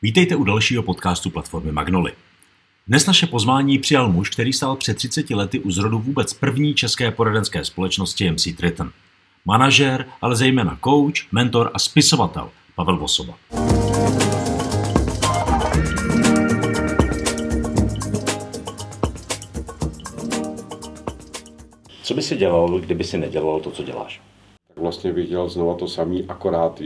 Vítejte u dalšího podcastu platformy Magnoli. Dnes naše pozvání přijal muž, který stál před 30 lety u zrodu vůbec první české poradenské společnosti MC Triton. Manažer, ale zejména coach, mentor a spisovatel Pavel Vosoba. Co by si dělal, kdyby si nedělal to, co děláš? Tak vlastně bych dělal znova to samý, akorát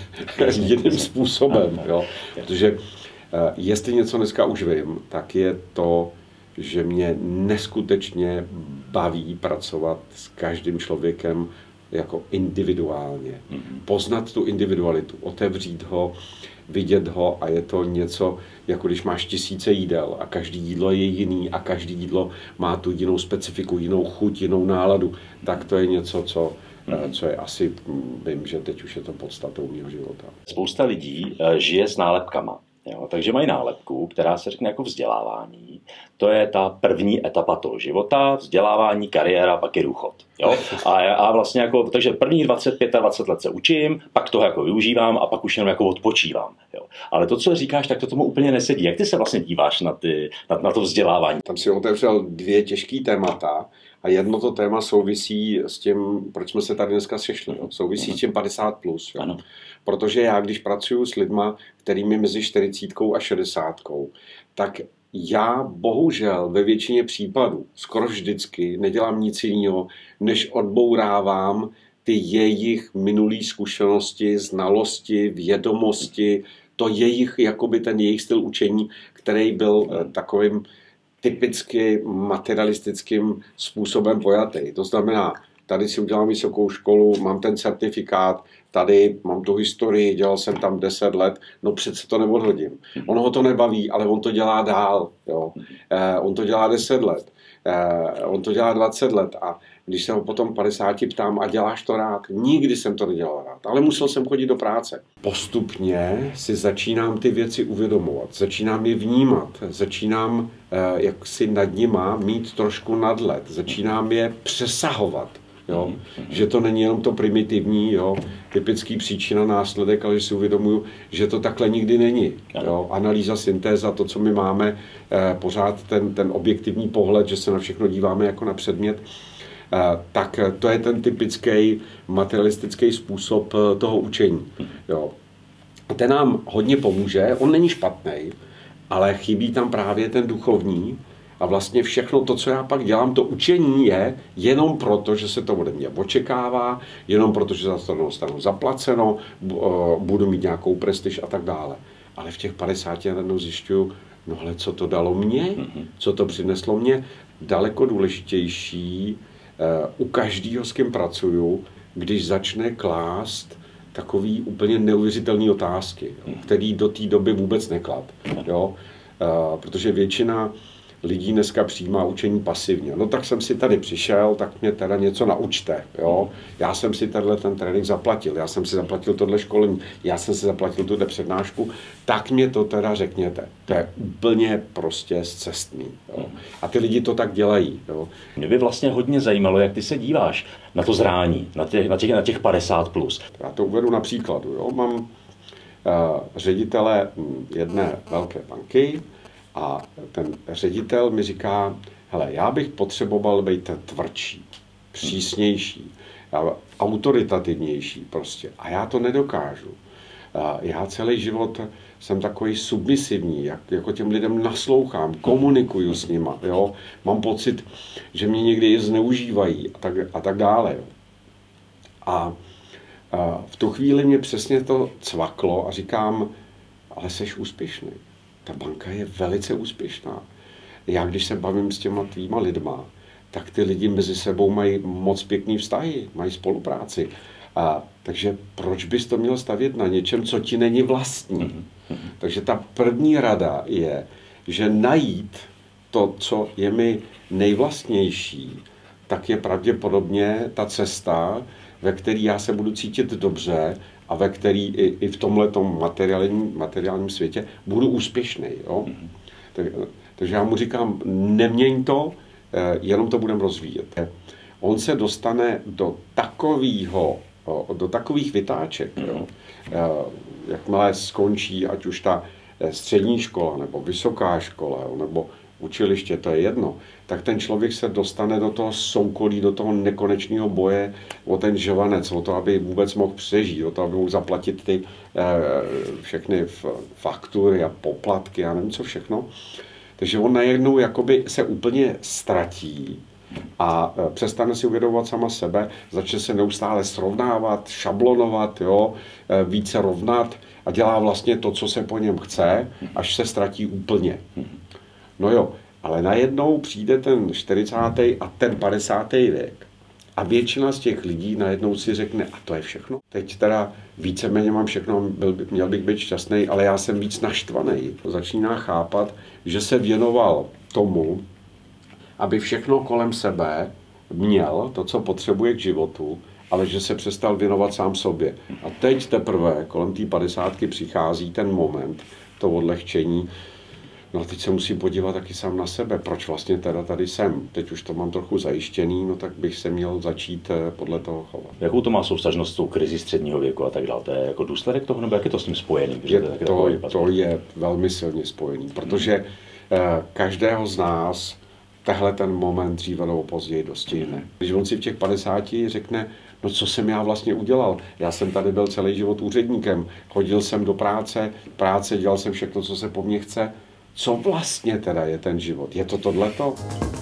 jiným způsobem. Jo? Protože jestli něco dneska už vím, tak je to, že mě neskutečně baví pracovat s každým člověkem jako individuálně. Poznat tu individualitu, otevřít ho, vidět ho a je to něco, jako když máš tisíce jídel a každý jídlo je jiný a každý jídlo má tu jinou specifiku, jinou chuť, jinou náladu, tak to je něco, co je asi, vím, že teď už je to podstatou mého života. Spousta lidí žije s nálepkama. Jo, takže mají nálepku, která se řekne jako vzdělávání. To je ta první etapa toho života, vzdělávání, kariéra, pak je důchod. Jo? A vlastně jako, takže první 25 let se učím, pak to jako využívám a pak už jenom jako odpočívám. Jo? Ale to, co říkáš, tak to tomu úplně nesedí. Jak ty se vlastně díváš na to vzdělávání? Tam si otevřel dvě těžké témata a jedno to téma souvisí s tím, proč jsme se tady dneska sešli. Jo? Souvisí s tím 50+. Jo? Ano. Protože já, když pracuji s lidma, kterými mezi 40 a 60, tak já bohužel ve většině případů, skoro vždycky, nedělám nic jiného, než odbourávám ty jejich minulé zkušenosti, znalosti, vědomosti, to jejich, jakoby ten jejich styl učení, který byl takovým typicky materialistickým způsobem pojatý. To znamená, tady si udělám vysokou školu, mám ten certifikát, tady mám tu historii, dělal jsem tam 10 let, no přece to neodhodím. Ono ho to nebaví, ale on to dělá dál. Jo. On to dělá 10 let, on to dělá 20 let a když se ho potom 50 ptám, a děláš to rád? Nikdy jsem to nedělal rád, ale musel jsem chodit do práce. Postupně si začínám ty věci uvědomovat, začínám je vnímat, začínám jak si nad nima mít trošku nadhled, začínám je přesahovat. Jo? Že to není jenom to primitivní, jo? Typický příčina, následek, ale že si uvědomuju, že to takhle nikdy není. Jo? Analýza, syntéza, to, co my máme, pořád ten objektivní pohled, že se na všechno díváme jako na předmět, tak to je ten typický materialistický způsob toho učení. Jo? Ten nám hodně pomůže, on není špatný, ale chybí tam právě ten duchovní. A vlastně všechno to, co já pak dělám, to učení je jenom proto, že se to ode mě očekává, jenom proto, že za to dostanu zaplaceno, budu mít nějakou prestiž a tak dále. Ale v těch 50 najednou zjišťuju, no ale co to dalo mně, co to přineslo mně, daleko důležitější u každého, s kým pracuju, když začne klást takový úplně neuvěřitelný otázky, který do té doby vůbec neklad. Jo? Protože většina lidí dneska přijímá učení pasivně. No tak jsem si tady přišel, tak mě teda něco naučte. Jo? Já jsem si tenhle ten trénink zaplatil, já jsem si zaplatil tohle školení, já jsem si zaplatil tuhle přednášku, tak mě to teda řekněte. To je úplně prostě scestný. Jo? A ty lidi to tak dělají. Jo? Mě by vlastně hodně zajímalo, jak ty se díváš na to zrání, na těch 50+. Já to uvedu na příkladu. Jo? Mám ředitele jedné velké banky, a ten ředitel mi říká, hele, já bych potřeboval být tvrdší, přísnější, autoritativnější prostě. A já to nedokážu. Já celý život jsem takový submisivní, jako těm lidem naslouchám, komunikuju s nima, jo. Mám pocit, že mě někdy je zneužívají a tak dále. Jo. A v tu chvíli mě přesně to cvaklo a říkám, ale seš úspěšný. Ta banka je velice úspěšná. Já, když se bavím s těma tvýma lidma, tak ty lidi mezi sebou mají moc pěkný vztahy, mají spolupráci. Takže proč bys to měl stavět na něčem, co ti není vlastní? Takže ta první rada je, že najít to, co je mi nejvlastnější, tak je pravděpodobně ta cesta, ve který já se budu cítit dobře a ve který i v tomhletom materiálním světě budu úspěšný. Jo? Takže já mu říkám, neměň to, jenom to budeme rozvíjet. On se dostane do takových vytáček, jo? Jakmile skončí, ať už ta střední škola nebo vysoká škola nebo učiliště, to je jedno, tak ten člověk se dostane do toho soukolí, do toho nekonečného boje o ten žvanec, o to, aby vůbec mohl přežít, o to, aby mohl zaplatit ty všechny faktury a poplatky, já nevím co všechno. Takže on najednou jakoby se úplně ztratí a přestane si uvědomovat sama sebe, začne se neustále srovnávat, šablonovat, jo, více rovnat a dělá vlastně to, co se po něm chce, až se ztratí úplně. No jo, ale najednou přijde ten 40. a ten 50. věk a většina z těch lidí najednou si řekne, a to je všechno. Teď teda víceméně mám všechno, měl bych být šťastný, ale já jsem víc naštvaný. Začíná chápat, že se věnoval tomu, aby všechno kolem sebe měl, to, co potřebuje k životu, ale že se přestal věnovat sám sobě. A teď teprve kolem té 50. přichází ten moment, to odlehčení. No a teď se musím podívat taky sám na sebe, proč vlastně teda tady jsem. Teď už to mám trochu zajištěný, no tak bych se měl začít podle toho chovat. Jakou to má soustažnost s tou krizi středního věku a tak dále? To je jako důsledek toho, nebo jak je to s tím spojený? To je velmi silně spojený, protože každého z nás tehle ten moment dříve nebo později dostihne. Když on si v těch 50 řekne, no co jsem já vlastně udělal? Já jsem tady byl celý život úředníkem, chodil jsem do práce, dělal jsem všechno, co se po mně chce. Co vlastně teda je ten život? Je to tohleto?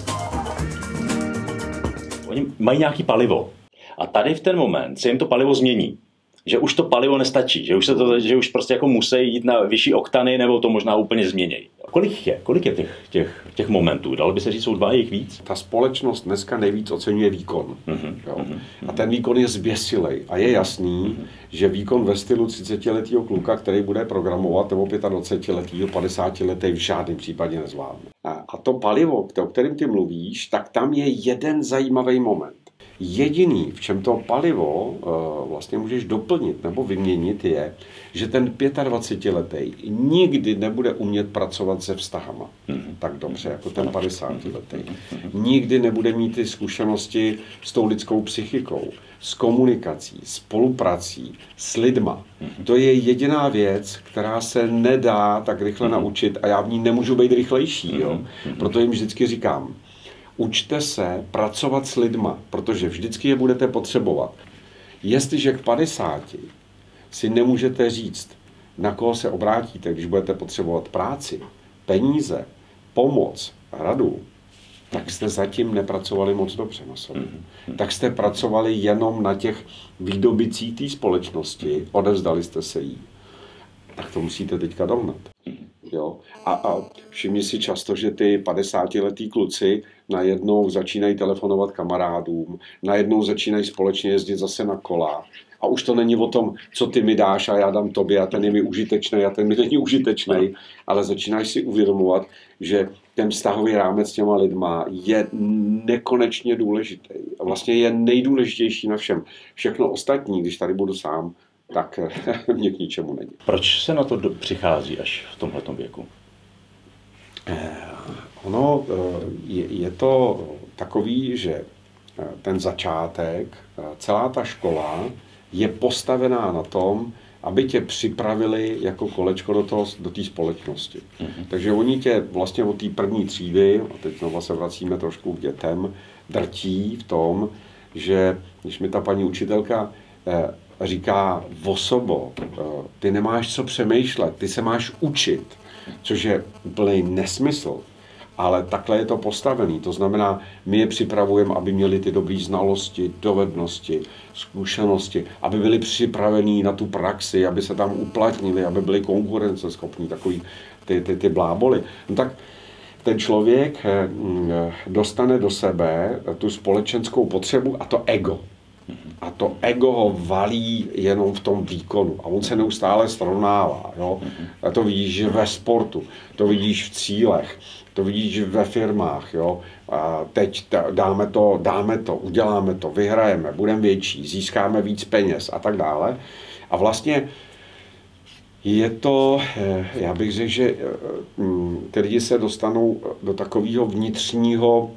Oni mají nějaký palivo. A tady v ten moment se jim to palivo změní. Že už to palivo nestačí, že už prostě jako musí jít na vyšší oktany, nebo to možná úplně změnějí. Kolik je těch momentů? Dalo by se říct, jsou 2, jich víc? Ta společnost dneska nejvíc oceňuje výkon. A ten výkon je zběsilej. A je jasný, že výkon ve stylu 30letého kluka, který bude programovat, nebo 25letého, 50letého v žádném případě nezvládne. A to palivo, o kterém ty mluvíš, tak tam je jeden zajímavý moment. Jediný, v čem to palivo vlastně můžeš doplnit nebo vyměnit, je, že ten 25letý nikdy nebude umět pracovat se vztahama tak dobře jako ten 50letý. Nikdy nebude mít ty zkušenosti s tou lidskou psychikou, s komunikací, spoluprací, s lidma. To je jediná věc, která se nedá tak rychle naučit a já v ní nemůžu být rychlejší. Jo? Proto jim vždycky říkám, učte se pracovat s lidma, protože vždycky je budete potřebovat. Jestliže k 50 si nemůžete říct, na koho se obrátíte, když budete potřebovat práci, peníze, pomoc, radu, tak jste zatím nepracovali moc dobře na sobě. Tak jste pracovali jenom na těch výdobycích té společnosti, odevzdali jste se jí. Tak to musíte teďka dohnat. Jo? A všimni si často, že ty 50letý kluci najednou začínají telefonovat kamarádům, najednou začínají společně jezdit zase na kola. A už to není o tom, co ty mi dáš a já dám tobě a ten je mi užitečný a ten mi není užitečný, ale začínáš si uvědomovat, že ten vztahový rámec s těma lidma je nekonečně důležitý. A vlastně je nejdůležitější na všem. Všechno ostatní, když tady budu sám, tak mě k ničemu není. Proč se na to přichází až v tomhletom věku? Ono je to takový, že ten začátek, celá ta škola je postavená na tom, aby tě připravili jako kolečko do té společnosti. Takže oni tě vlastně od té první třídy, a teď znovu se vracíme trošku k dětem, drtí v tom, že když mi ta paní učitelka říká, osobo, ty nemáš co přemýšlet, ty se máš učit, což je úplný nesmysl. Ale takhle je to postavený. To znamená, my je připravujeme, aby měli ty dobré znalosti, dovednosti, zkušenosti, aby byli připravení na tu praxi, aby se tam uplatnili, aby byli konkurenceschopní, takový ty bláboli. No tak ten člověk dostane do sebe tu společenskou potřebu a to ego. A to ego ho valí jenom v tom výkonu. A on se neustále srovnává. Jo? A to vidíš ve sportu, to vidíš v cílech, to vidíš ve firmách. Jo? A teď dáme to, uděláme to, vyhrajeme, budeme větší, získáme víc peněz a tak dále. A vlastně je to, já bych řekl, že ty lidi se dostanou do takového vnitřního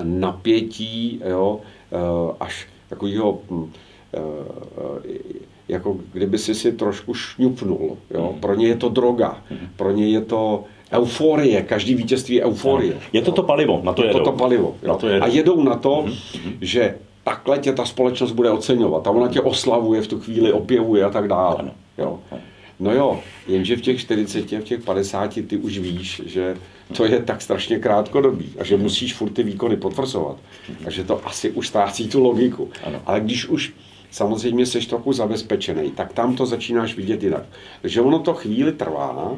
napětí, jo? Až takového jako kdyby si trošku šňupnul. Jo? Pro ně je to droga, pro ně je to euforie, každý vítězství je euforie. Je to palivo, na to jedou. To palivo. Jo? A jedou na to, že takhle tě ta společnost bude oceňovat a ona tě oslavuje v tu chvíli, opěvuje a tak dále. Jo? No jo, jenže v těch 40, v těch 50 ty už víš, že to je tak strašně krátkodobý a že musíš furt ty výkony potvrzovat a že to asi už ztrácí tu logiku. Ale když už samozřejmě seš trochu zabezpečený, tak tam to začínáš vidět jinak. Takže ono to chvíli trvá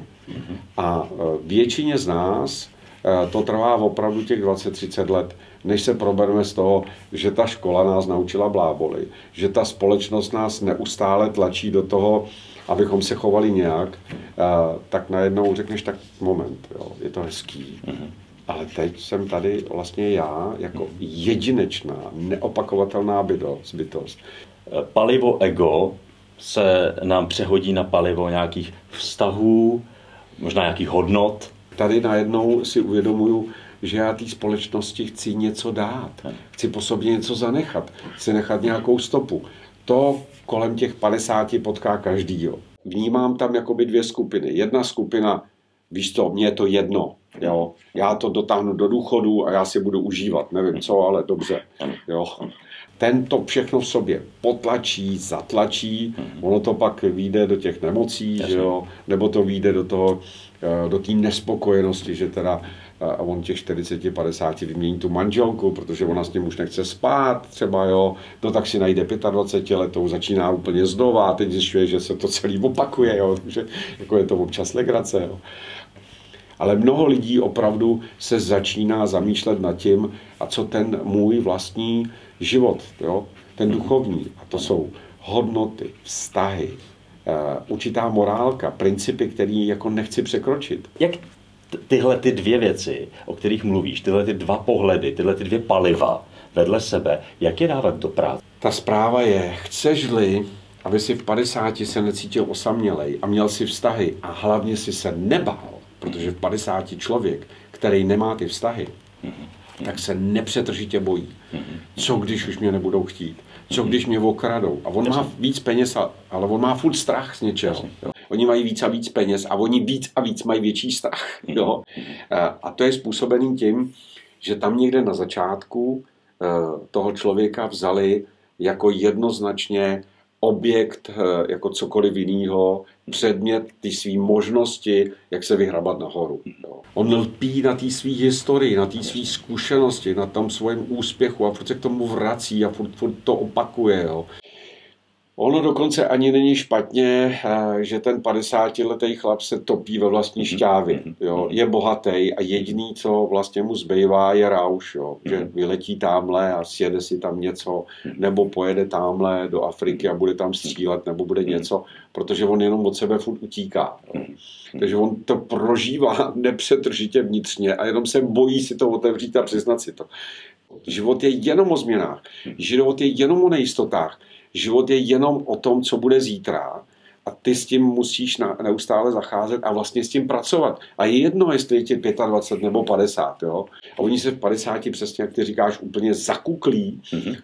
a většině z nás to trvá opravdu těch 20-30 let, než se probereme z toho, že ta škola nás naučila bláboli, že ta společnost nás neustále tlačí do toho, abychom se chovali nějak, tak najednou řekneš, tak moment, jo, je to hezký. Ale teď jsem tady vlastně já jako jedinečná, neopakovatelná bytost. Palivo ego se nám přehodí na palivo nějakých vztahů, možná nějakých hodnot. Tady najednou si uvědomuju, že já té společnosti chci něco dát. Chci po sobě něco zanechat. Chci nechat nějakou stopu. To kolem těch 50 potká každýho. Vnímám tam jakoby dvě skupiny. Jedna skupina, víš co, mně je to jedno. Jo? Já to dotáhnu do důchodu a já si budu užívat. Nevím co, ale dobře. Jo? Ten to všechno v sobě potlačí, zatlačí, ono to pak vyjde do těch nemocí, že jo? Nebo to vyjde do té nespokojenosti, že teda a on těch 40-50 vymění tu manželku, protože ona s ním už nechce spát třeba, jo, no tak si najde 25 letou, začíná úplně znova a teď zjišťuje, že se to celý opakuje, jo, takže jako je to občas legrace, jo. Ale mnoho lidí opravdu se začíná zamýšlet nad tím, a co ten můj vlastní život, jo, ten duchovní, a to jsou hodnoty, vztahy, určitá morálka, principy, které jako nechci překročit. Jak tyhle ty dvě věci, o kterých mluvíš, tyhle ty dva pohledy, tyhle ty dvě paliva vedle sebe, jak je dávat do práce? Ta zpráva je, chceš-li, aby si v 50 se necítil osamělej a měl si vztahy a hlavně si se nebál, protože v 50 člověk, který nemá ty vztahy, tak se nepřetržitě bojí. Co když už mě nebudou chtít? Co když mě okradou? A on má víc peněz, ale on má furt strach z něčeho. Jo. Oni mají víc a víc peněz a oni víc a víc mají větší strach. Jo. A to je způsobený tím, že tam někde na začátku toho člověka vzali jako jednoznačně objekt, jako cokoliv jiného, předmět ty svý možnosti, jak se vyhrabat nahoru. Jo. On lpí na té svý historii, na té svý zkušenosti, na tom svém úspěchu a furt se k tomu vrací a furt to opakuje. Jo. Ono dokonce ani není špatně, že ten 50letý chlap se topí ve vlastní šťávě. Jo. Je bohatý a jediný, co vlastně mu zbývá, je rauš. Jo. Že vyletí tamhle a sjede si tam něco, nebo pojede tamhle do Afriky a bude tam střílet, nebo bude něco, protože on jenom od sebe furt utíká. Jo. Takže on to prožívá nepřetržitě vnitřně a jenom se bojí si to otevřít a přiznat si to. Život je jenom o změnách. Život je jenom o nejistotách. Život je jenom o tom, co bude zítra a ty s tím musíš neustále zacházet a vlastně s tím pracovat. A je jedno, jestli je ti 25 nebo 50. Jo? A oni se v 50 přesně, jak ty říkáš, úplně zakuklí,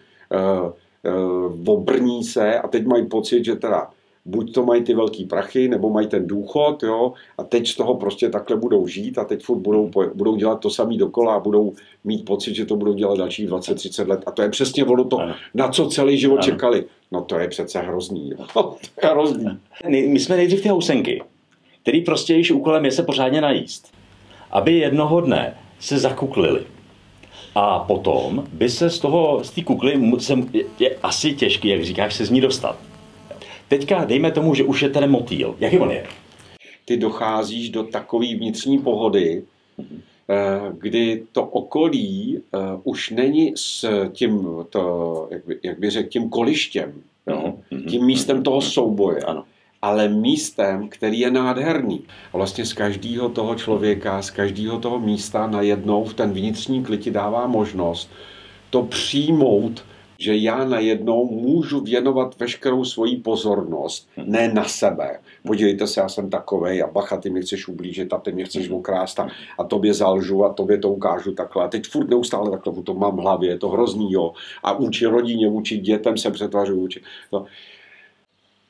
obrní se a teď mají pocit, že teda buď to mají ty velký prachy, nebo mají ten důchod, jo, a teď z toho prostě takhle budou žít a teď furt budou dělat to samý dokola a budou mít pocit, že to budou dělat dalších 20-30 let. A to je přesně ono to, na co celý život čekali. No to je přece hrozný. Jo. To je hrozný. My jsme nejdřív ty housenky, který prostě již úkolem je se pořádně najíst. Aby jednoho dne se zakuklili. A potom by se z té kukly je asi těžký, jak říkáš, se z ní dostat. Teďka dejme tomu, že už je ten motýl. Jaký on je? Ty docházíš do takové vnitřní pohody, kdy to okolí už není s tím, jak by řekl, tím kolištěm, jo? Tím místem toho souboje, ale místem, který je nádherný. A vlastně z každého toho člověka, z každého toho místa najednou v ten vnitřní klid ti dává možnost to přijmout, že já najednou můžu věnovat veškerou svoji pozornost, ne na sebe. Podívejte se, já jsem takovej a bacha, ty mě chceš ublížit a ty mě chceš okrást a tobě zalžu a tobě to ukážu takhle. A teď furt neustále takhle to mám v hlavě, je to hrozný, jo. A vůči rodině, vůči dětem se přetvařuju. No.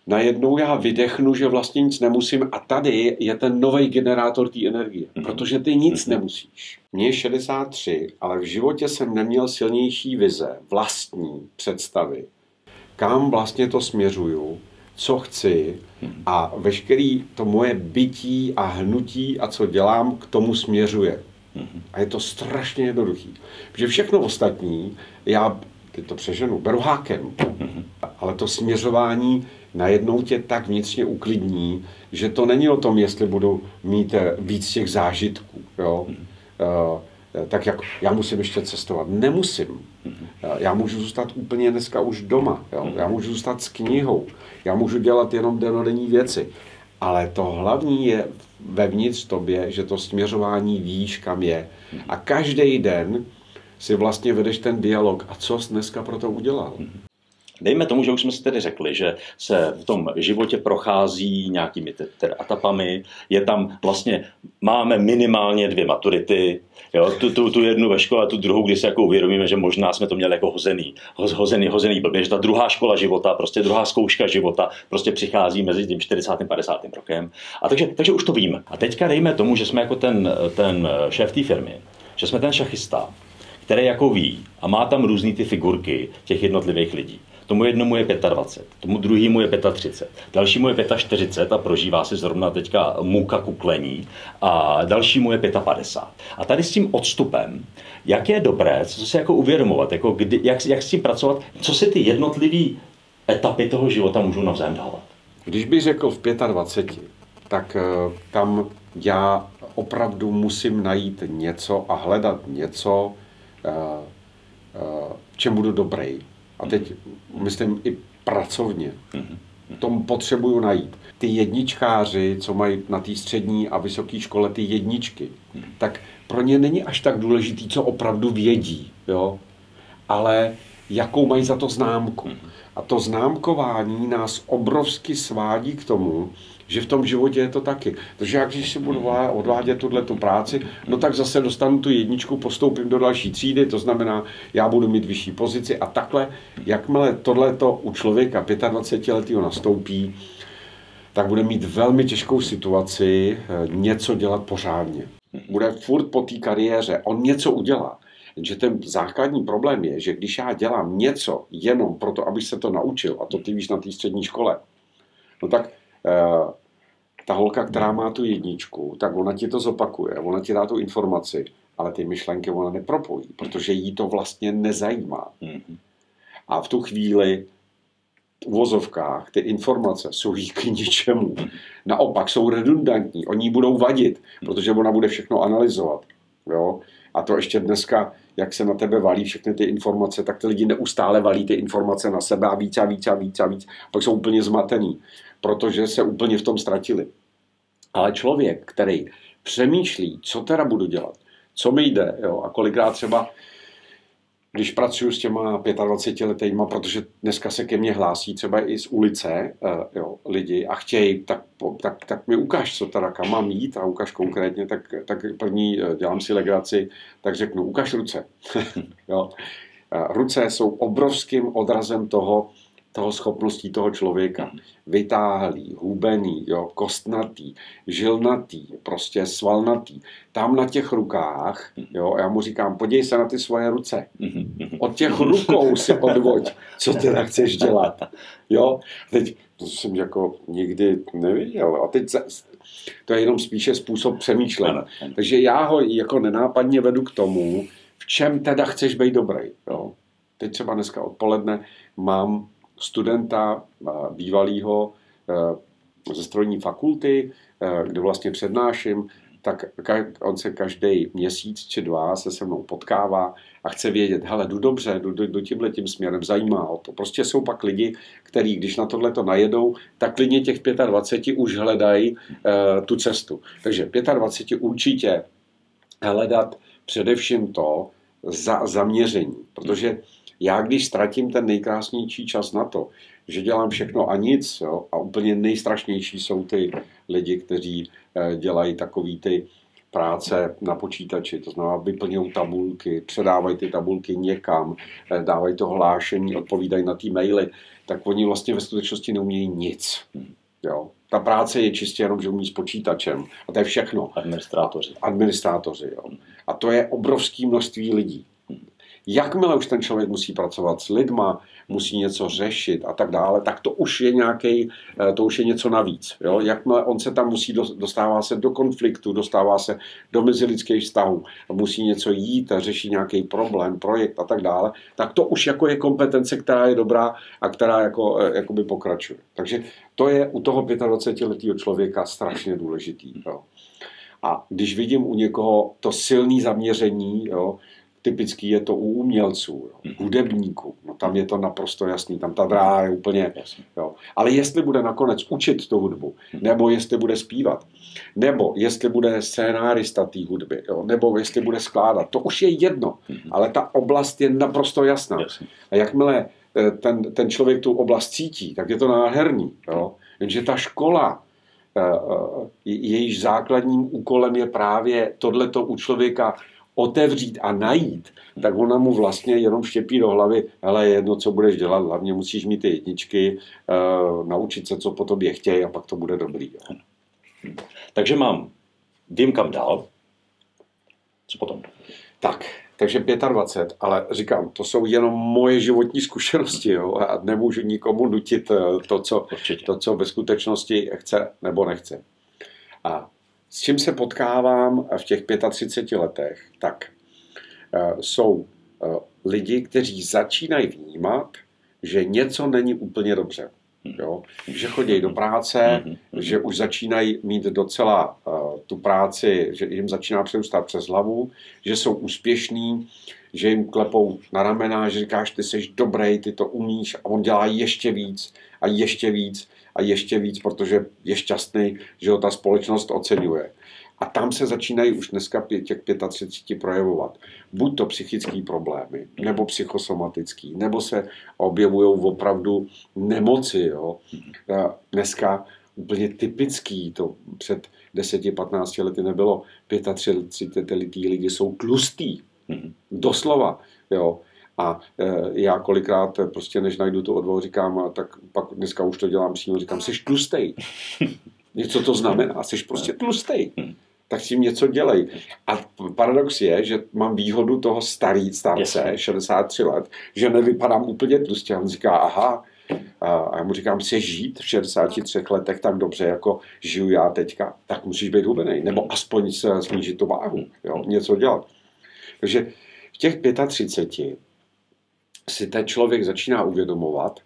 najednou já vydechnu, že vlastně nic nemusím a tady je ten nový generátor té energie, protože ty nic nemusíš. Mně je 63, ale v životě jsem neměl silnější vize, vlastní představy, kam vlastně to směřuju, co chci a veškerý to moje bytí a hnutí a co dělám k tomu směřuje. A je to strašně jednoduchý. Protože všechno ostatní, já teď to přeženu, beru hákem. Ale to směřování najednou tě tak vnitřně uklidní, že to není o tom, jestli budu mít víc těch zážitků. Jo? Tak jak já musím ještě cestovat. Nemusím. Já můžu zůstat úplně dneska už doma. Jo? Já můžu zůstat s knihou. Já můžu dělat jenom dennodenní věci. Ale to hlavní je vevnitř tobě, že to směřování víš, kam je. A každý den si vlastně vedeš ten dialog. A co jsi dneska pro to udělal? Dejme tomu, že už jsme si tedy řekli, že se v tom životě prochází nějakými etapami, je tam vlastně, máme minimálně 2 maturity, jo, tu jednu ve škole, tu druhou, kdy se jako uvědomíme, že možná jsme to měli jako hozený blbě, že ta druhá škola života, prostě druhá zkouška života, prostě přichází mezi tím 40. a 50. rokem. A takže už to víme. A teďka dejme tomu, že jsme jako ten šéf té firmy, že jsme ten šachista, který jako ví a má tam různý ty figurky těch jednotlivých lidí. Tomu jednomu je 25, tomu druhému je 35, dalšímu je 45 a prožívá si zrovna teďka můka kuklení a dalšímu je 55. A tady s tím odstupem, jak je dobré, co si jako uvědomovat, jako jak s tím pracovat, co si ty jednotlivé etapy toho života můžou navzájem dávat. Když bych řekl v 25, tak tam já opravdu musím najít něco a hledat něco, v čem budu dobrý. A teď myslím i pracovně. Tom potřebuju najít. Ty jedničkáři, co mají na té střední a vysoké škole ty jedničky, tak pro ně není až tak důležitý, co opravdu vědí, jo? Ale jakou mají za to známku. A to známkování nás obrovsky svádí k tomu, že v tom životě je to taky. Takže jak když si budu odvádět tu práci, no tak zase dostanu tu jedničku, postoupím do další třídy, to znamená, já budu mít vyšší pozici a takhle, jakmile tohleto u člověka 25letého nastoupí, tak bude mít velmi těžkou situaci něco dělat pořádně. Bude furt po té kariéře, on něco udělá. Že ten základní problém je, že když já dělám něco jenom proto, abych se to naučil, a to ty víš na té střední škole, no tak ta holka, která má tu jedničku, tak ona ti to zopakuje, ona ti dá tu informaci, ale ty myšlenky ona nepropojí, protože jí to vlastně nezajímá. A v tu chvíli v uvozovkách ty informace jsou jí k ničemu. Naopak jsou redundantní, oni jí budou vadit, protože ona bude všechno analyzovat. Jo? A to ještě dneska, jak se na tebe valí všechny ty informace, tak ty lidi neustále valí ty informace na sebe a víc a víc a víc a víc. Pak jsou úplně zmatený, protože se úplně v tom ztratili. Ale člověk, který přemýšlí, co teda budu dělat, co mi jde, jo, a kolikrát třeba, když pracuji s těma 25letejma, protože dneska se ke mně hlásí třeba i z ulice jo, lidi a chtějí, tak mi ukáž, co teda kam mám jít a ukáž konkrétně, tak první dělám si legraci, tak řeknu, ukáž ruce. Jo. Ruce jsou obrovským odrazem toho schopností toho člověka. Vytáhlý, hubený, jo, kostnatý, žilnatý, prostě svalnatý. Tam na těch rukách, jo, já mu říkám, podívej se na ty svoje ruce. Od těch rukou si odvoď, co teda chceš dělat. Jo, teď to jsem jako nikdy neviděl. A teď to je jenom spíše způsob přemýšlení. Takže já ho jako nenápadně vedu k tomu, v čem teda chceš být dobrý. Jo. Teď třeba dneska odpoledne mám studenta bývalého ze strojní fakulty, kde vlastně přednáším, tak on se každý měsíc či 2 se mnou potkává a chce vědět, hele, jdu dobře, jdu tímhletím směrem, zajímá ho to. Prostě jsou pak lidi, kteří, když na tohleto najedou, tak klidně těch 25 už hledají tu cestu. Takže 25 určitě hledat především to zaměření, protože já, když ztratím ten nejkrásnější čas na to, že dělám všechno a nic, jo, a úplně nejstrašnější jsou ty lidi, kteří dělají takový ty práce na počítači, to znamená, vyplňují tabulky, předávají ty tabulky někam, dávají to hlášení, odpovídají na ty maily, tak oni vlastně ve skutečnosti neumějí nic. Jo. Ta práce je čistě jenom, že umí s počítačem. A to je všechno. Administrátoři, jo. A to je obrovské množství lidí. Jakmile už ten člověk musí pracovat s lidma, musí něco řešit a tak dále, tak to už je něco navíc. Jo? Jakmile on se tam musí, dostává se do konfliktu, dostává se do mezilidských vztahů, musí něco jít a řešit nějaký problém, projekt a tak dále, tak to už jako je kompetence, která je dobrá a která jakoby pokračuje. Takže to je u toho 25letého člověka strašně důležitý. Jo? A když vidím u někoho to silné zaměření, jo, typický je to u umělců, jo, hudebníků, no tam je to naprosto jasný, tam ta dráha je úplně, jo. Ale jestli bude nakonec učit tu hudbu, nebo jestli bude zpívat, nebo jestli bude scénárista té hudby, jo, nebo jestli bude skládat, to už je jedno, ale ta oblast je naprosto jasná. A jakmile ten člověk tu oblast cítí, tak je to nádherný, jo. Jenže ta škola, jejíž základním úkolem je právě tohleto u člověka otevřít a najít, tak ona mu vlastně jenom štěpí do hlavy, hele, jedno, co budeš dělat, hlavně musíš mít ty jedničky, naučit se, co po tobě chtějí a pak to bude dobrý. Jo. Takže vím kam dál. Co potom? Takže 25, ale říkám, to jsou jenom moje životní zkušenosti, jo, a nemůžu nikomu nutit to, co ve skutečnosti chce nebo nechce. A s čím se potkávám v těch 35 letech, tak jsou lidi, kteří začínají vnímat, že něco není úplně dobře. Jo? Že chodí do práce, že už začínají mít docela tu práci, že jim začíná přerůstat přes hlavu, že jsou úspěšní, že jim klepou na ramena, že říkáš, ty jsi dobrý, ty to umíš a on dělá ještě víc a ještě víc a ještě víc, protože je šťastný, že ho ta společnost oceňuje. A tam se začínají už dneska těch 35 projevovat. Buď to psychické problémy, nebo psychosomatický, nebo se objevují opravdu nemoci. Jo. Dneska úplně typický, to před 10-15 lety nebylo, 35 lidi jsou tlustý. Doslova. Jo. A já kolikrát prostě než najdu tu odvahu, říkám, tak pak dneska už to dělám přímo, říkám, jsi tlustej. Něco to znamená, jsi prostě tlustej. Tak s tím něco dělej. A paradox je, že mám výhodu toho starce, 63 let, že nevypadám úplně tlustě. A on říká, aha, a já mu říkám, chceš žít v 63 letech tak dobře, jako žiju já teďka, tak musíš být hubenej, nebo aspoň snížit tu váhu, jo, něco dělat. Takže v těch 35 si ten člověk začíná uvědomovat,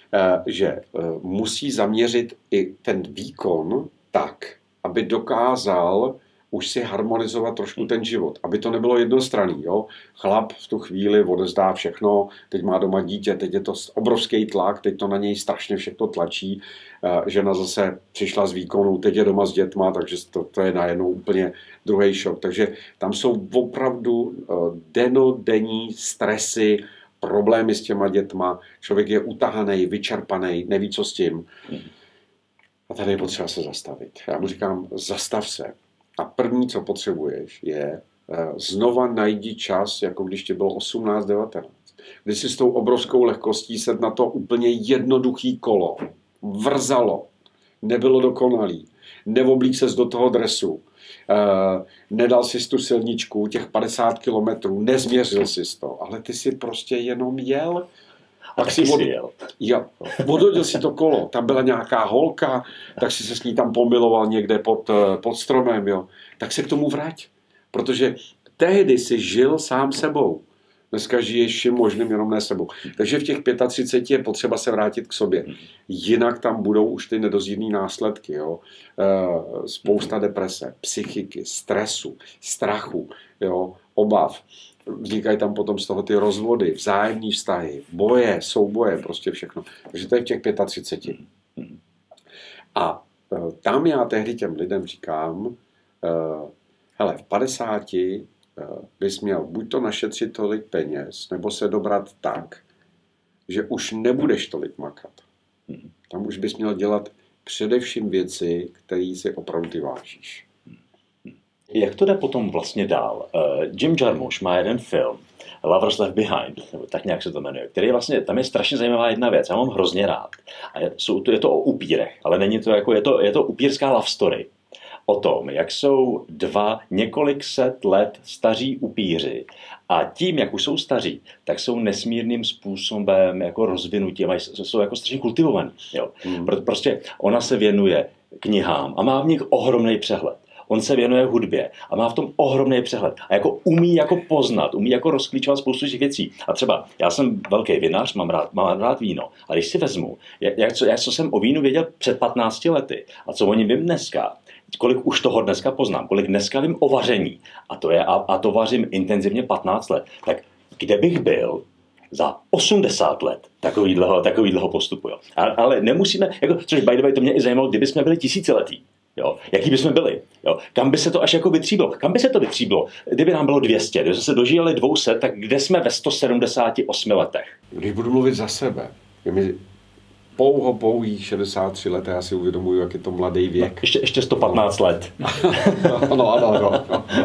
že musí zaměřit i ten výkon tak, aby dokázal už si harmonizovat trošku ten život, aby to nebylo jednostranný. Jo? Chlap v tu chvíli odezdá všechno, teď má doma dítě, teď je to obrovský tlak, teď to na něj strašně všechno tlačí, žena zase přišla z výkonu, teď je doma s dětma, takže to je najednou úplně druhý šok. Takže tam jsou opravdu dennodenní stresy, problémy s těma dětma, člověk je utahaný, vyčerpaný, neví, co s tím. A tady je potřeba se zastavit. Já mu říkám, zastav se. A první, co potřebuješ, je znova najdi čas, jako když ti bylo 18-19. Když si s tou obrovskou lehkostí sedl na to úplně jednoduchý kolo, vrzalo, nebylo dokonalý, neoblík ses do toho dresu, nedal si tu silničku, těch 50 kilometrů, nezměřil si to, ale ty si prostě jenom jel. Pak si jel. Odhodil si to kolo, tam byla nějaká holka, tak si se s ní tam pomiloval někde pod stromem, jo. Tak se k tomu vrať, protože tehdy si žil sám sebou. Dneska žiješ vším možným, jenom ne sebou. Takže v těch 35 je potřeba se vrátit k sobě. Jinak tam budou už ty nedozírné následky. Jo? Spousta deprese, psychiky, stresu, strachu, jo? Obav. Vznikají tam potom z toho ty rozvody, vzájemní vztahy, boje, souboje, prostě všechno. Takže to je v těch 35. A tam já tehdy těm lidem říkám, hele, v 50 bys měl buď to našetřit tolik peněz, nebo se dobrat tak, že už nebudeš tolik makat. Tam už bys měl dělat především věci, které si opravdu ty vážíš. Jak to jde potom vlastně dál? Jim Jarmusch má jeden film Lovers Left Behind, nebo tak nějak se to jmenuje, který vlastně, tam je strašně zajímavá jedna věc, já mám hrozně rád. A je to o upírech, ale není to jako, je to upírská love story. O tom, jak jsou dva několik set let staří upíři a tím, jak už jsou staří, tak jsou nesmírným způsobem jako rozvinutí, jsou jako strašně kultivovaní. Jo. Prostě ona se věnuje knihám a má v nich ohromný přehled. On se věnuje hudbě a má v tom ohromný přehled. A jako umí jako poznat, umí jako rozklíčovat spoustu těch věcí. A třeba já jsem velký vinař, mám rád víno. A když si vezmu, co jsem o vínu věděl před 15 lety a co o něm vím dneska, kolik už toho dneska poznám, kolik dneska vím o vaření, a to vařím intenzivně 15 let, tak kde bych byl za 80 let takovýhleho postupu. Jo. Ale nemusíme, což by the way, to mě i zajímalo, kdyby jsme byli tisíciletí. Jo, jaký bychom byli? Jo, kam by se to až jako vytříbilo? Kam by se to vytříbilo? Kdyby nám bylo 200, kdyby jsme se dožili 200, tak kde jsme ve 178 letech? Když budu mluvit za sebe, je mi pouhých 63 let, já si uvědomuji, jak je to mladý věk. Ještě 115 let. No.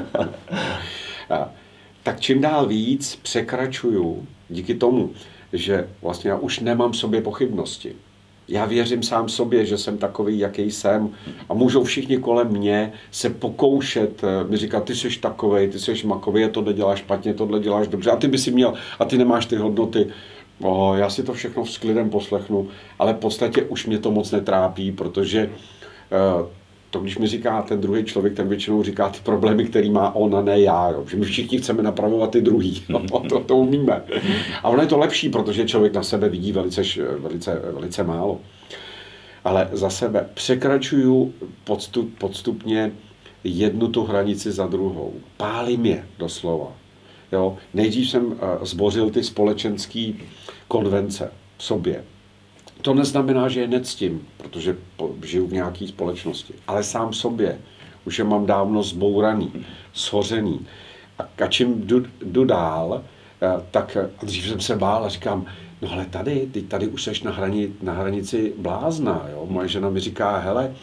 Tak čím dál víc překračuju díky tomu, že vlastně já už nemám v sobě pochybnosti. Já věřím sám sobě, že jsem takový, jaký jsem, a můžou všichni kolem mě se pokoušet mi říkat, ty jsi takovej, ty jsi makový, tohle děláš špatně, tohle děláš dobře, a ty by si měl, a ty nemáš ty hodnoty. Já si to všechno s klidem poslechnu, ale v podstatě už mě to moc netrápí, protože to, když mi říká ten druhý člověk, tak většinou říká ty problémy, který má on a ne já. Jo. Že my všichni chceme napravovat ty druhý. To umíme. A ono je to lepší, protože člověk na sebe vidí velice málo. Ale za sebe překračuju podstupně jednu tu hranici za druhou. Pálím je doslova. Jo. Nejdřív jsem zbořil ty společenské konvence v sobě. To neznamená, že je nectím, protože žiju v nějaké společnosti, ale sám sobě. Už je mám dávno zbouraný, shořený. A čím jdu dál, tak a dřív jsem se bál a říkám, no ale tady už seš na hranici blázna. Jo? Moje žena mi říká, hele,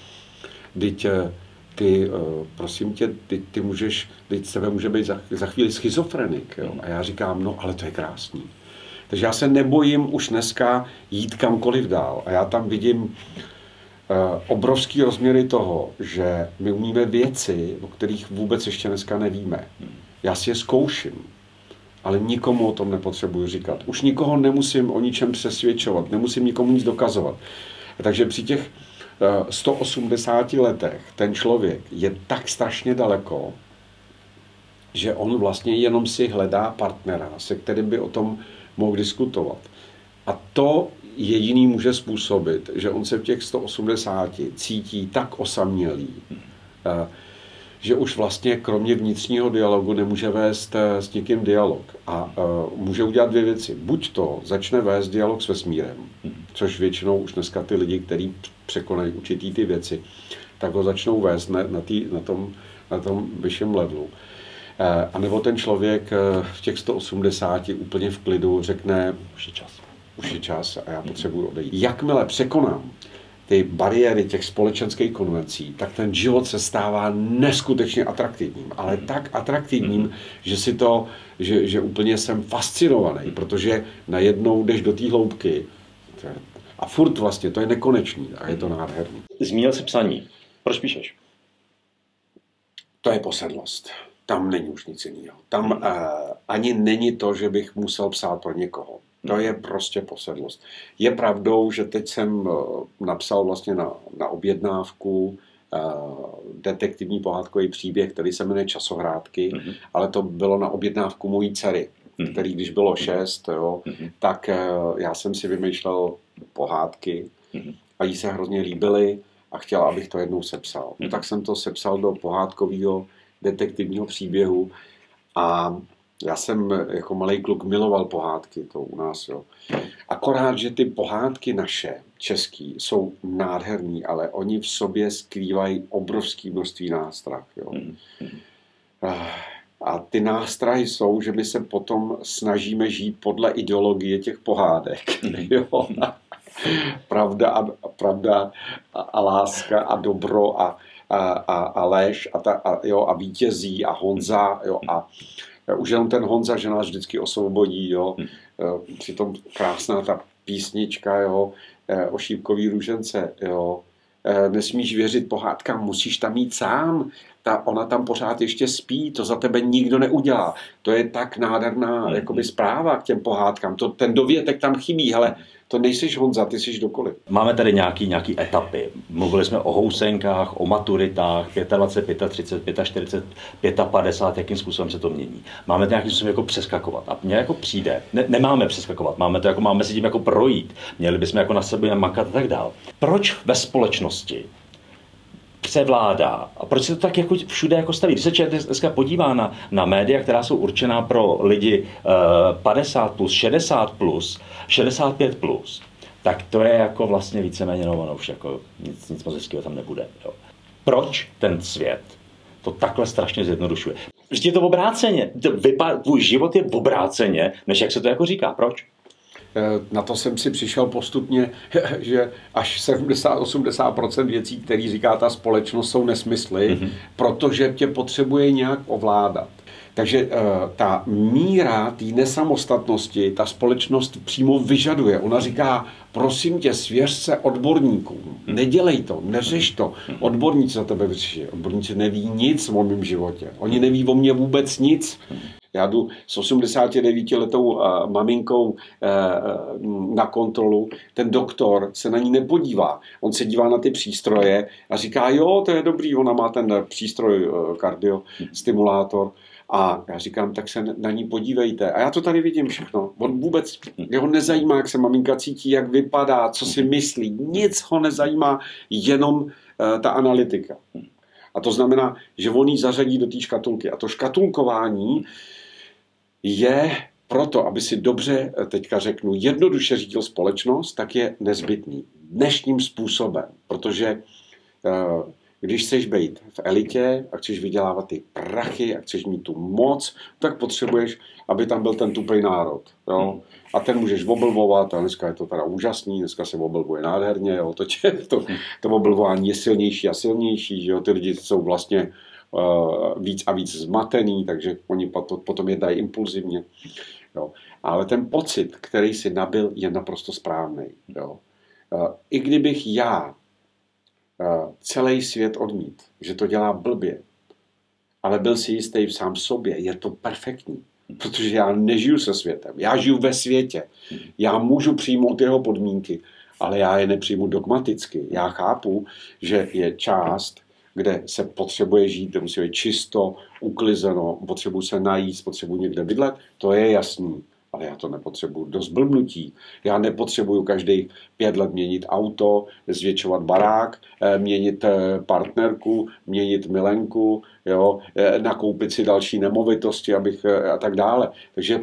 ty, prosím tě, ty můžeš, z tebe může být za chvíli schizofrenik. Jo? A já říkám, no ale to je krásný. Takže já se nebojím už dneska jít kamkoliv dál. A já tam vidím obrovský rozměry toho, že my umíme věci, o kterých vůbec ještě dneska nevíme. Já si je zkouším, ale nikomu o tom nepotřebuji říkat. Už nikoho nemusím o ničem přesvědčovat, nemusím nikomu nic dokazovat. Takže při těch 180 letech ten člověk je tak strašně daleko, že on vlastně jenom si hledá partnera, se kterým by o tom mohl diskutovat. A to jediný může způsobit, že on se v těch 180 cítí tak osamělý, že už vlastně kromě vnitřního dialogu nemůže vést s někým dialog. A může udělat dvě věci. Buď to začne vést dialog s vesmírem, což většinou už dneska ty lidi, kteří překonají určitý ty věci, tak ho začnou vést na tom vyšším levelu. A nebo ten člověk v těch 180 úplně v klidu řekne, už je čas a já potřebuji odejít. Jakmile překonám ty bariéry těch společenských konvencí, tak ten život se stává neskutečně atraktivním. Ale tak atraktivním, že úplně jsem fascinovaný, protože najednou jdeš do té hloubky a furt vlastně to je nekonečný a je to nádherný. Zmínil jsi psaní. Proč píšeš? To je posedlost. Tam není už nic jiného. Tam ani není to, že bych musel psát pro někoho. To je prostě posedlost. Je pravdou, že teď jsem napsal vlastně na objednávku detektivní pohádkový příběh, který se jmenuje Časohrádky, ale to bylo na objednávku mojí dcery, který když bylo 6, jo, tak já jsem si vymýšlel pohádky a jí se hrozně líbily a chtěla, abych to jednou sepsal. No, tak jsem to sepsal do pohádkového detektivního příběhu a já jsem jako malej kluk miloval pohádky, to u nás, jo. Akorát, že ty pohádky naše, český, jsou nádherný, ale oni v sobě skrývají obrovské množství nástrah, jo. A ty nástrahy jsou, že my se potom snažíme žít podle ideologie těch pohádek, jo. Pravda a láska a dobro a lež a vítězí a Honza, jo, a už jenom ten Honza, že nás vždycky osvobodí, jo. Přitom krásná ta písnička, jo, o šípkový růžence, jo. Nesmíš věřit pohádkám, musíš tam jít sám. Ona tam pořád ještě spí, to za tebe nikdo neudělá. To je tak nádherná jakoby zpráva k těm pohádkám. Ten dovětek tam chybí, hele, to nejsiš Honza, ty jsi kdokoliv. Máme tady nějaký etapy. Mluvili jsme o housenkách, o maturitách, 25, 35, 45, 55, jakým způsobem se to mění. Máme to nějakým způsobem jako přeskakovat. A mně jako přijde, nemáme přeskakovat, máme si tím jako projít. Měli bychom jako na sebe makat a tak dál. Proč ve společnosti převládá a proč se to tak jako všude jako staví? Když se člověk dneska podívá na média, která jsou určená pro lidi 50+, 60+, 65+, tak to je jako vlastně víceméně ono už jako nic moc hezkého tam nebude. Jo. Proč ten svět to takhle strašně zjednodušuje? Vždyť je to obráceně. Tvůj život je obráceně, než jak se to jako říká. Proč? Na to jsem si přišel postupně, že až 70-80% věcí, které říká ta společnost, jsou nesmysly, protože tě potřebuje nějak ovládat. Takže ta míra té nesamostatnosti ta společnost přímo vyžaduje. Ona říká, prosím tě, svěř se odborníkům. Nedělej to, neřeš to. Odborníci za tebe vyřeší. Odborníci neví nic o mém životě. Oni neví o mně vůbec nic. Já jdu s 89letou maminkou na kontrolu, ten doktor se na ní nepodívá. On se dívá na ty přístroje a říká, jo, to je dobrý, ona má ten přístroj kardiostimulátor. A já říkám, tak se na ní podívejte. A já to tady vidím všechno. On vůbec, jeho nezajímá, jak se maminka cítí, jak vypadá, co si myslí. Nic ho nezajímá, jenom ta analytika. A to znamená, že on ji zařadí do té škatulky. A to škatulkování je proto, aby si dobře, teďka řeknu, jednoduše řídil společnost, tak je nezbytný. Dnešním způsobem. Protože když chceš být v elitě a chceš vydělávat ty prachy a chceš mít tu moc, tak potřebuješ, aby tam byl ten tupej národ. Jo? A ten můžeš oblbovat, a dneska je to teda úžasný, dneska se oblbuje nádherně, jo? To oblbování je silnější a silnější, že jo? Ty lidi jsou vlastně víc a víc zmatený, takže oni potom jednají impulzivně. Jo? Ale ten pocit, který si nabil, je naprosto správný. Jo? I kdybych já celý svět odmít, že to dělá blbě, ale byl si jistý sám sobě, je to perfektní, protože já nežiju se světem, já žiju ve světě, já můžu přijmout jeho podmínky, ale já je nepřijmu dogmaticky, já chápu, že je část, kde se potřebuje žít, kde musí být čisto, uklizeno, potřebuji se najíst, potřebuji někde bydlet, to je jasný. Ale já to nepotřebuji do zblbnutí. Já nepotřebuju každých 5 let měnit auto, zvětšovat barák, měnit partnerku, měnit milenku, jo, nakoupit si další nemovitosti a tak dále. Takže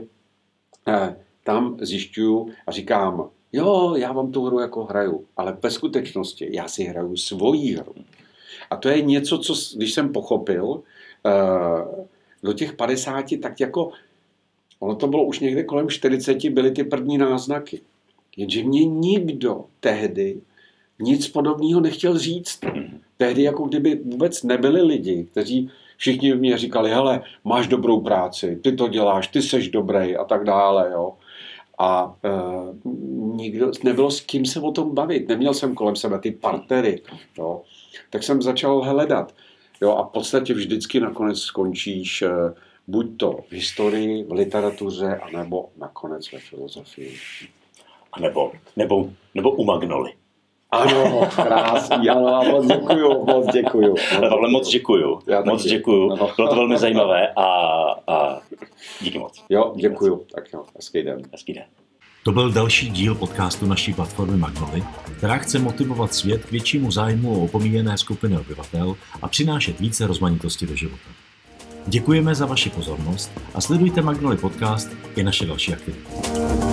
tam zjišťuju a říkám, jo, já vám tu hru jako hraju, ale ve skutečnosti já si hraju svoji hru. A to je něco, co když jsem pochopil, do těch 50, tak jako ono to bylo už někde kolem 40, byly ty první náznaky. Jenže mě nikdo tehdy nic podobného nechtěl říct. Tehdy jako kdyby vůbec nebyli lidi, kteří všichni mě říkali, hele, máš dobrou práci, ty to děláš, ty seš dobrý a tak dále. Jo. A nikdo, nebylo s kým se o tom bavit. Neměl jsem kolem sebe ty partnery. Jo. Tak jsem začal hledat. Jo, a v podstatě vždycky nakonec skončíš buď to v historii, v literatuře, anebo nakonec ve filozofii. A nebo u Magnoly. Ano, krásný, ano, a moc děkuju. Pavle, moc děkuju. Bylo to velmi zajímavé a díky moc. Jo, děkuju. Tak jo, hezký den. To byl další díl podcastu naší platformy Magnoly, která chce motivovat svět k většímu zájmu o opomíjené skupiny obyvatel a přinášet více rozmanitosti do života. Děkujeme za vaši pozornost a sledujte Magnoly podcast i naše další aktivity.